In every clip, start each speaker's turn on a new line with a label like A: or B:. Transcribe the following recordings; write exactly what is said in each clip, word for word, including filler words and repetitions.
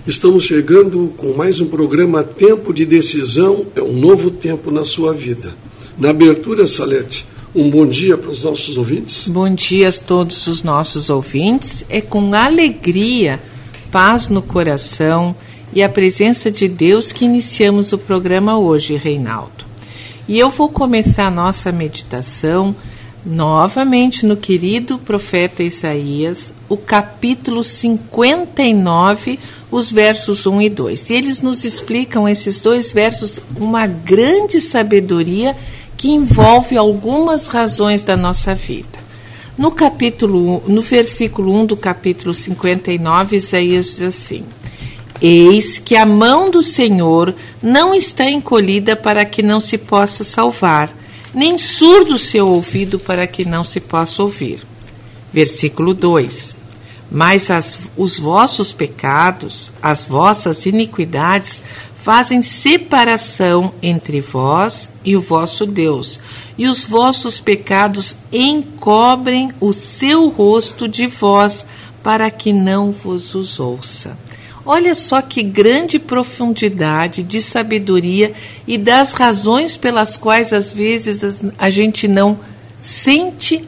A: Estamos chegando com mais um programa Tempo de Decisão, é um novo tempo na sua vida. Na abertura, Salete, um bom dia para os nossos ouvintes.
B: Bom dia a todos os nossos ouvintes. É com alegria, paz no coração e a presença de Deus que iniciamos o programa hoje, Reinaldo. E eu vou começar a nossa meditação novamente no querido profeta Isaías, o capítulo cinquenta e nove, os versos um e dois. E eles nos explicam, esses dois versos, uma grande sabedoria que envolve algumas razões da nossa vida. No capítulo, no versículo um do capítulo cinquenta e nove, Isaías diz assim: Eis que a mão do Senhor não está encolhida para que não se possa salvar, nem surdo o seu ouvido para que não se possa ouvir. Versículo dois. Mas as, os vossos pecados, as vossas iniquidades, fazem separação entre vós e o vosso Deus, e os vossos pecados encobrem o seu rosto de vós, para que não vos os ouça. Olha só que grande profundidade de sabedoria e das razões pelas quais às vezes a gente não sente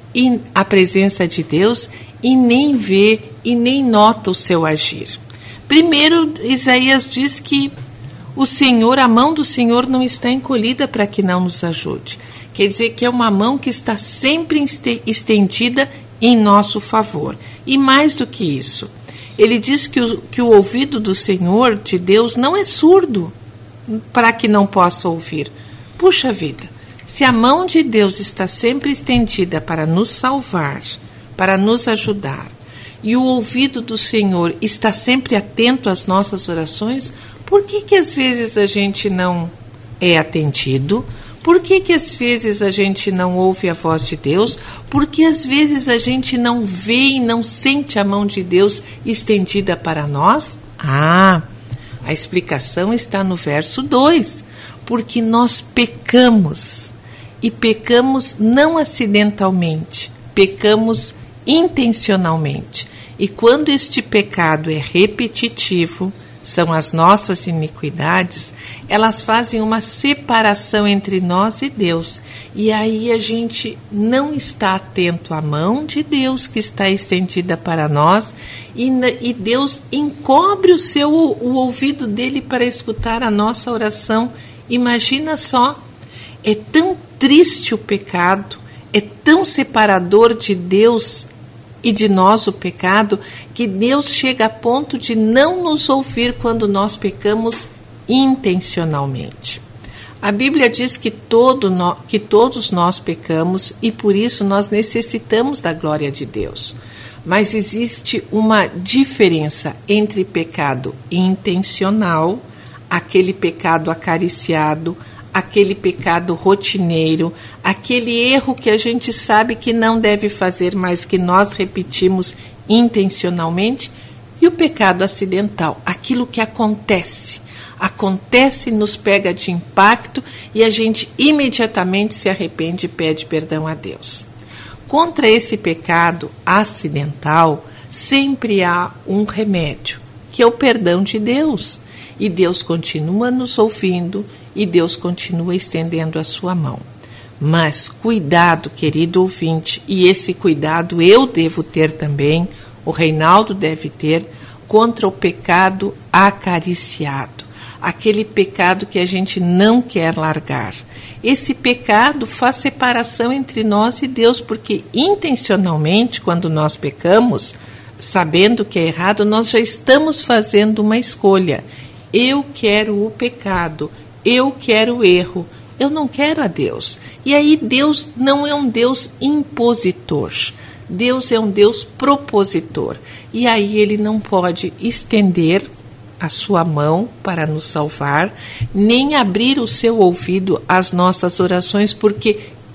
B: a presença de Deus e nem vê e nem nota o seu agir. Primeiro, Isaías diz que o Senhor, a mão do Senhor não está encolhida para que não nos ajude. Quer dizer que é uma mão que está sempre estendida em nosso favor. E mais do que isso, ele diz que o, que o ouvido do Senhor, de Deus, não é surdo para que não possa ouvir. Puxa vida, se a mão de Deus está sempre estendida para nos salvar, para nos ajudar, e o ouvido do Senhor está sempre atento às nossas orações, por que que às vezes a gente não é atendido? Por que que às vezes a gente não ouve a voz de Deus? Por que às vezes a gente não vê e não sente a mão de Deus estendida para nós? Ah, a explicação está no verso dois. Porque nós pecamos, e pecamos não acidentalmente, pecamos intencionalmente. E quando este pecado é repetitivo, são as nossas iniquidades, elas fazem uma separação entre nós e Deus. E aí a gente não está atento à mão de Deus que está estendida para nós, e, e Deus encobre o, seu, o ouvido dele para escutar a nossa oração. Imagina só, é tão triste o pecado, é tão separador de Deus e de nós o pecado, que Deus chega a ponto de não nos ouvir quando nós pecamos intencionalmente. A Bíblia diz que, todo no, que todos nós pecamos e por isso nós necessitamos da glória de Deus. Mas existe uma diferença entre pecado intencional, aquele pecado acariciado, aquele pecado rotineiro, aquele erro que a gente sabe que não deve fazer, mas que nós repetimos intencionalmente, e o pecado acidental, aquilo que acontece. Acontece, nos pega de impacto e a gente imediatamente se arrepende e pede perdão a Deus. Contra esse pecado acidental, sempre há um remédio, que é o perdão de Deus. E Deus continua nos ouvindo, e Deus continua estendendo a sua mão. Mas cuidado, querido ouvinte, e esse cuidado eu devo ter também, o Reinaldo deve ter, contra o pecado acariciado, aquele pecado que a gente não quer largar. Esse pecado faz separação entre nós e Deus, porque intencionalmente, quando nós pecamos, sabendo que é errado, nós já estamos fazendo uma escolha. Eu quero o pecado, eu quero o erro, eu não quero a Deus. E aí Deus não é um Deus impositor, Deus é um Deus propositor. E aí Ele não pode estender a sua mão para nos salvar, nem abrir o seu ouvido às nossas orações, porque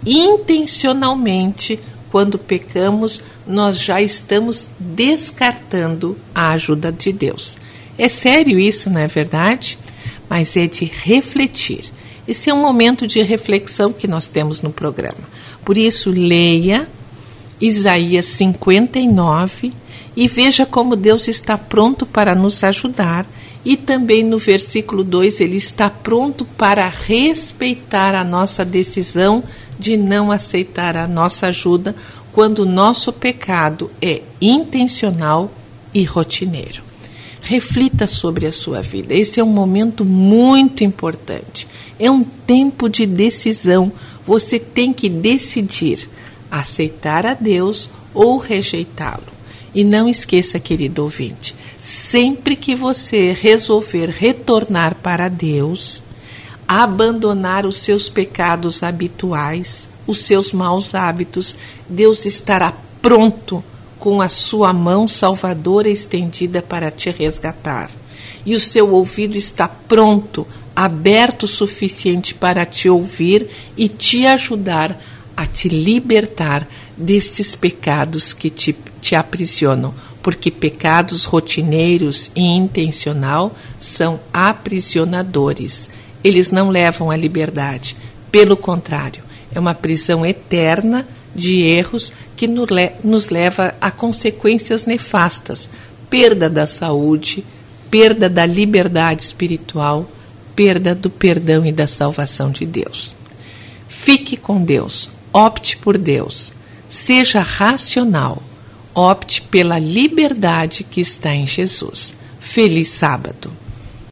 B: intencionalmente, quando pecamos, nós já estamos descartando a ajuda de Deus. É sério isso, não é verdade? Mas é de refletir. Esse é um momento de reflexão que nós temos no programa. Por isso, leia Isaías cinquenta e nove E veja como Deus está pronto para nos ajudar. E também no versículo dois, Ele está pronto para respeitar a nossa decisão de não aceitar a nossa ajuda quando o nosso pecado é intencional e rotineiro. Reflita sobre a sua vida. Esse é um momento muito importante. É um tempo de decisão. Você tem que decidir aceitar a Deus ou rejeitá-lo. E não esqueça, querido ouvinte, sempre que você resolver retornar para Deus, abandonar os seus pecados habituais, os seus maus hábitos, Deus estará pronto com a sua mão salvadora estendida para te resgatar. E o seu ouvido está pronto, aberto o suficiente para te ouvir e te ajudar a te libertar destes pecados que te, te aprisionam, porque pecados rotineiros e intencional são aprisionadores. Eles não levam à liberdade, pelo contrário, é uma prisão eterna de erros que nos leva a consequências nefastas, perda da saúde, perda da liberdade espiritual, perda do perdão e da salvação de Deus. Fique com Deus, opte por Deus, seja racional, opte pela liberdade que está em Jesus. Feliz sábado!